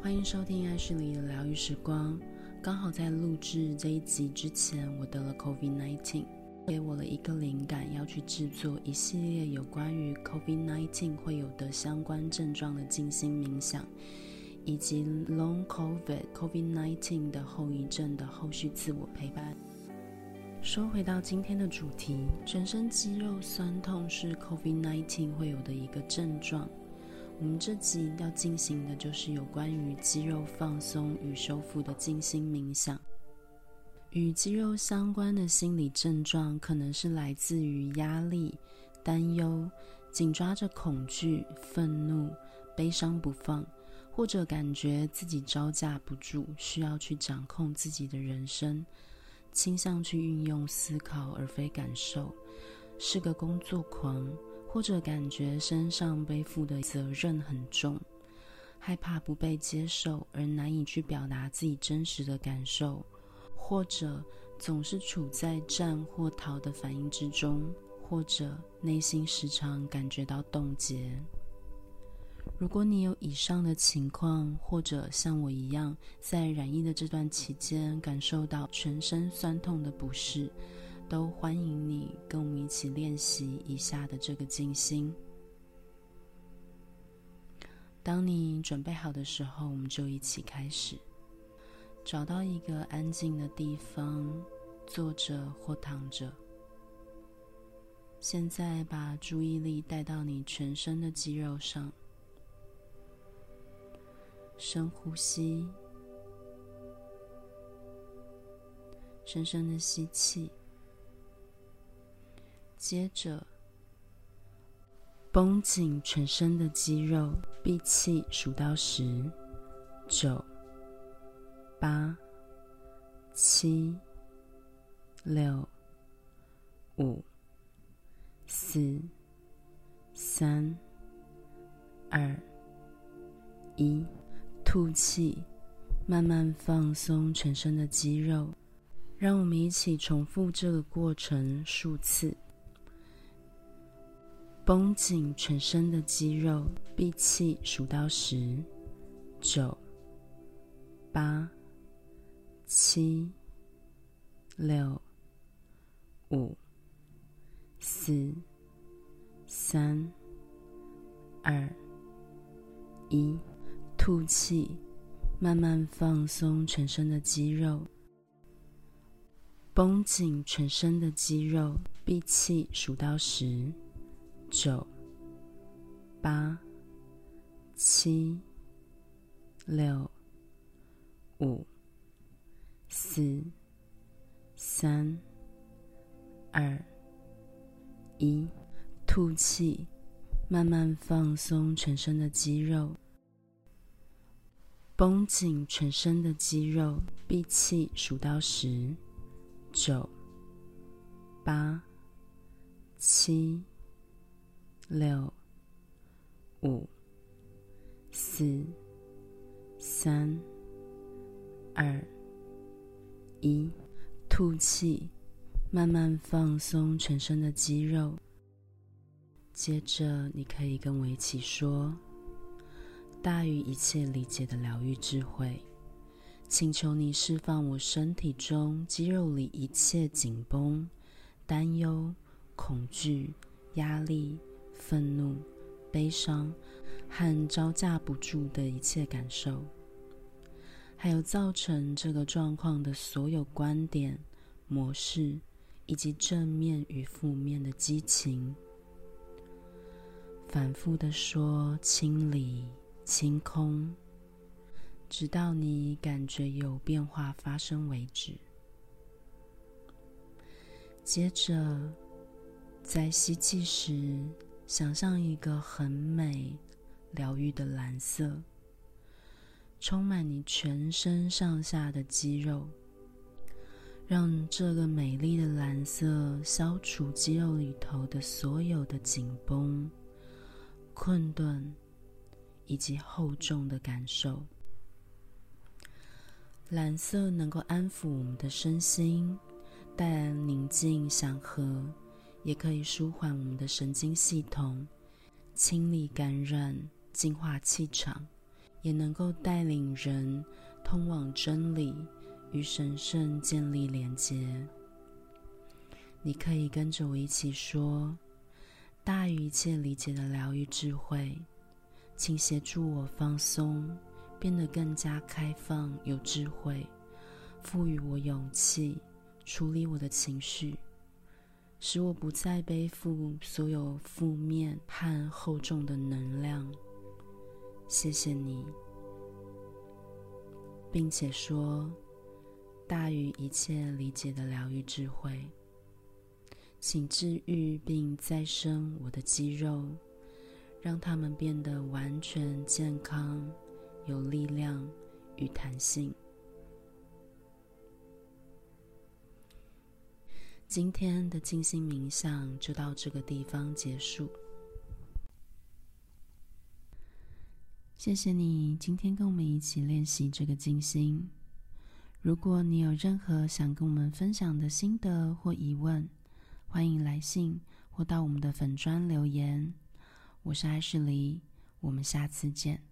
欢迎收听爱旭黎的疗愈时光。刚好在录制这一集之前，我得了 COVID-19， 给我了一个灵感，要去制作一系列有关于 COVID-19 会有的相关症状的静心冥想，以及 Long COVID-19 的后遗症的后续自我陪伴。说回到今天的主题，全身肌肉酸痛是 COVID-19 会有的一个症状。我们这集要进行的就是有关于肌肉放松与修复的静心冥想。与肌肉相关的心理症状可能是来自于压力、担忧、紧抓着恐惧、愤怒、悲伤不放，或者感觉自己招架不住，需要去掌控自己的人生，倾向去运用思考而非感受，是个工作狂，或者感觉身上背负的责任很重，害怕不被接受而难以去表达自己真实的感受，或者总是处在战或逃的反应之中，或者内心时常感觉到冻结。如果你有以上的情况，或者像我一样在染疫的这段期间感受到全身酸痛的不适，都欢迎你跟我们一起练习以下的这个静心。当你准备好的时候，我们就一起开始。找到一个安静的地方，坐着或躺着。现在把注意力带到你全身的肌肉上。深呼吸，深深的吸气，接着绷紧全身的肌肉，闭气数到10、9、8、7、6、5、4、3、2、1，吐气，慢慢放松全身的肌肉。让我们一起重复这个过程数次。绷紧全身的肌肉，闭气数到10、9、8、7、6、5、4、3、2、1，吐气，慢慢放松全身的肌肉。绷紧全身的肌肉，闭气数到10、9、8、7、6、5、4、3、2、1，吐气，慢慢放松全身的肌肉。绷紧全身的肌肉，闭气数到10、9、8、7、6、5、4、3、2、1，吐气，慢慢放松全身的肌肉。接着你可以跟我一起说：大于一切理解的疗愈智慧，请求你释放我身体中肌肉里一切紧绷、担忧、恐惧、压力、愤怒、悲伤和招架不住的一切感受，还有造成这个状况的所有观点、模式，以及正面与负面的激情。反复地说清理、清空，直到你感觉有变化发生为止。接着在吸气时，想象一个很美、疗愈的蓝色，充满你全身上下的肌肉，让这个美丽的蓝色消除肌肉里头的所有的紧绷、困顿以及厚重的感受。蓝色能够安抚我们的身心，带来宁静祥和，也可以舒缓我们的神经系统，清理感染，净化气场， 也能够带领人通往真理，与神圣建立连结。你可以跟着我一起说：大于一切理解的疗愈智慧，请协助我放松，变得更加开放有智慧，赋予我勇气，处理我的情绪，使我不再背负所有负面和厚重的能量。谢谢你。并且说：大于一切理解的疗愈智慧，请治愈并再生我的肌肉，让它们变得完全健康、有力量与弹性。今天的静心冥想就到这个地方结束。谢谢你今天跟我们一起练习这个静心。如果你有任何想跟我们分享的心得或疑问，欢迎来信或到我们的粉专留言。我是艾士黎，我们下次见。